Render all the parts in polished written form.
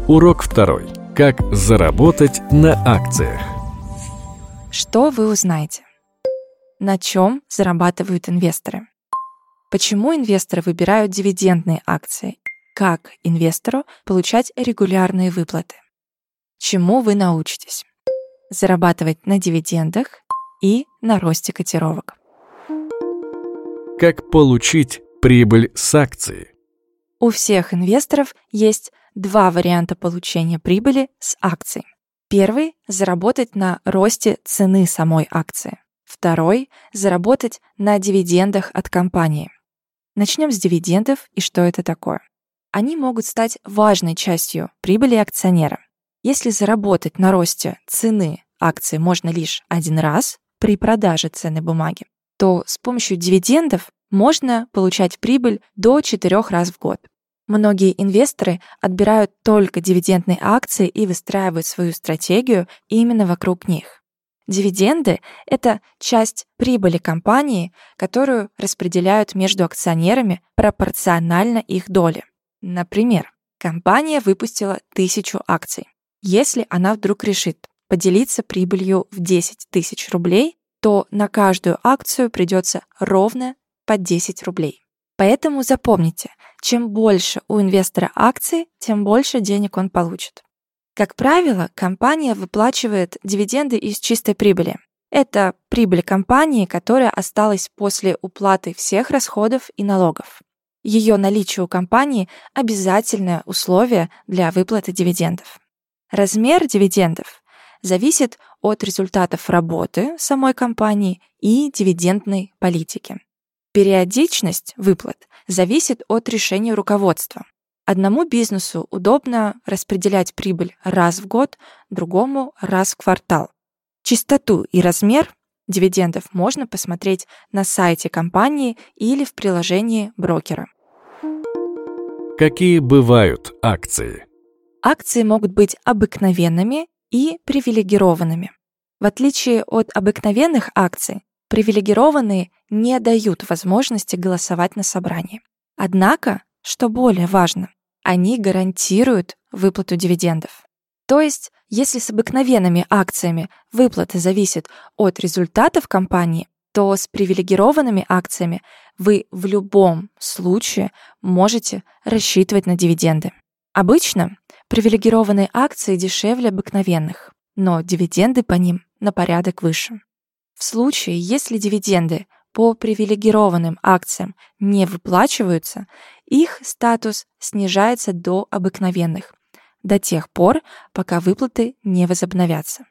Урок 2. Как заработать на акциях. Что вы узнаете? На чем зарабатывают инвесторы? Почему инвесторы выбирают дивидендные акции? Как инвестору получать регулярные выплаты? Чему вы научитесь? Зарабатывать на дивидендах и на росте котировок. Как получить прибыль с акции? У всех инвесторов есть два варианта получения прибыли с акций. Первый – заработать на росте цены самой акции. Второй – заработать на дивидендах от компании. Начнем с дивидендов и что это такое. Они могут стать важной частью прибыли акционера. Если заработать на росте цены акции можно лишь один раз при продаже ценной бумаги, то с помощью дивидендов можно получать прибыль до 4 раз в год. Многие инвесторы отбирают только дивидендные акции и выстраивают свою стратегию именно вокруг них. Дивиденды – это часть прибыли компании, которую распределяют между акционерами пропорционально их доле. Например, компания выпустила 1000 акций. Если она вдруг решит поделиться прибылью в 10 тысяч рублей, то на каждую акцию придется ровно по 10 рублей. Поэтому запомните, чем больше у инвестора акций, тем больше денег он получит. Как правило, компания выплачивает дивиденды из чистой прибыли. Это прибыль компании, которая осталась после уплаты всех расходов и налогов. Ее наличие у компании – обязательное условие для выплаты дивидендов. Размер дивидендов зависит от результатов работы самой компании и дивидендной политики. Периодичность выплат зависит от решения руководства. Одному бизнесу удобно распределять прибыль раз в год, другому раз в квартал. Частоту и размер дивидендов можно посмотреть на сайте компании или в приложении брокера. Какие бывают акции? Акции могут быть обыкновенными и привилегированными. В отличие от обыкновенных акций, привилегированные не дают возможности голосовать на собрании. Однако, что более важно, они гарантируют выплату дивидендов. То есть, если с обыкновенными акциями выплата зависит от результатов компании, то с привилегированными акциями вы в любом случае можете рассчитывать на дивиденды. Обычно привилегированные акции дешевле обыкновенных, но дивиденды по ним на порядок выше. В случае, если дивиденды по привилегированным акциям не выплачиваются, их статус снижается до обыкновенных, до тех пор, пока выплаты не возобновятся.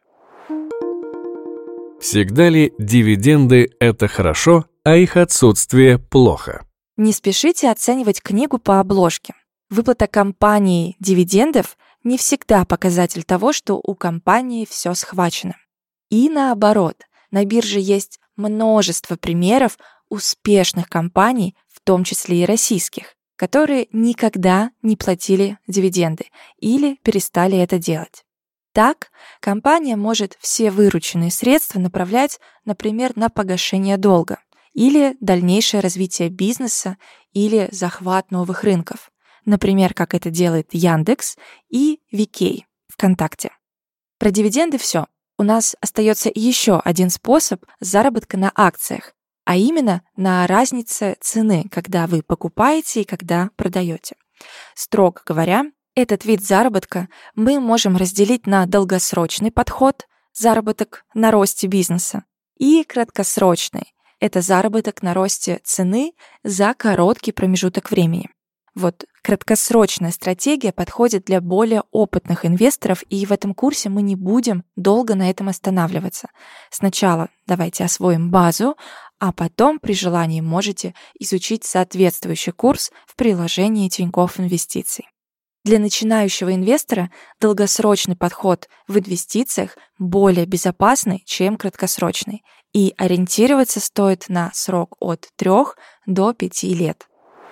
Всегда ли дивиденды – это хорошо, а их отсутствие – плохо? Не спешите оценивать книгу по обложке. Выплата компании дивидендов не всегда показатель того, что у компании все схвачено. И наоборот, на бирже есть множество примеров успешных компаний, в том числе и российских, которые никогда не платили дивиденды или перестали это делать. Так, компания может все вырученные средства направлять, например, на погашение долга или дальнейшее развитие бизнеса или захват новых рынков, например, как это делает Яндекс и VK ВКонтакте. Про дивиденды все. У нас остается еще один способ заработка на акциях, а именно на разнице цены, когда вы покупаете и когда продаете. Строго говоря, этот вид заработка мы можем разделить на долгосрочный подход, заработок на росте бизнеса, и краткосрочный, это заработок на росте цены за короткий промежуток времени. Вот краткосрочная стратегия подходит для более опытных инвесторов, и в этом курсе мы не будем долго на этом останавливаться. Сначала давайте освоим базу, а потом при желании можете изучить соответствующий курс в приложении Тинькофф Инвестиций. Для начинающего инвестора долгосрочный подход в инвестициях более безопасный, чем краткосрочный, и ориентироваться стоит на срок от 3 до 5 лет.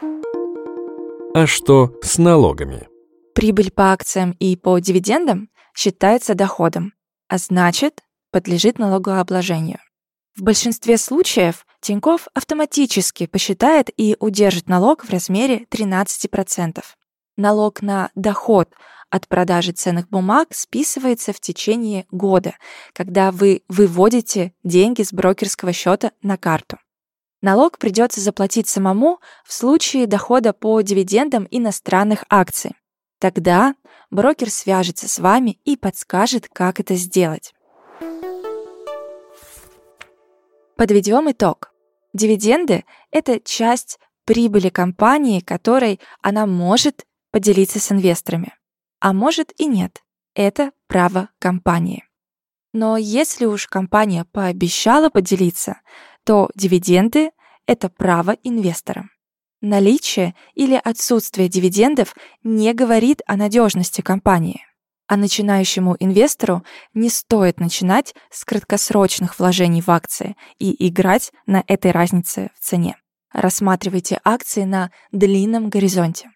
А что с налогами? Прибыль по акциям и по дивидендам считается доходом, а значит, подлежит налогообложению. В большинстве случаев Тинькофф автоматически посчитает и удержит налог в размере 13%. Налог на доход от продажи ценных бумаг списывается в течение года, когда вы выводите деньги с брокерского счета на карту. Налог придется заплатить самому в случае дохода по дивидендам иностранных акций. Тогда брокер свяжется с вами и подскажет, как это сделать. Подведем итог. Дивиденды – это часть прибыли компании, которой она может поделиться с инвесторами. А может и нет. Это право компании. Но если уж компания пообещала поделиться, то дивиденды – это право инвестора. Наличие или отсутствие дивидендов не говорит о надежности компании. А начинающему инвестору не стоит начинать с краткосрочных вложений в акции и играть на этой разнице в цене. Рассматривайте акции на длинном горизонте.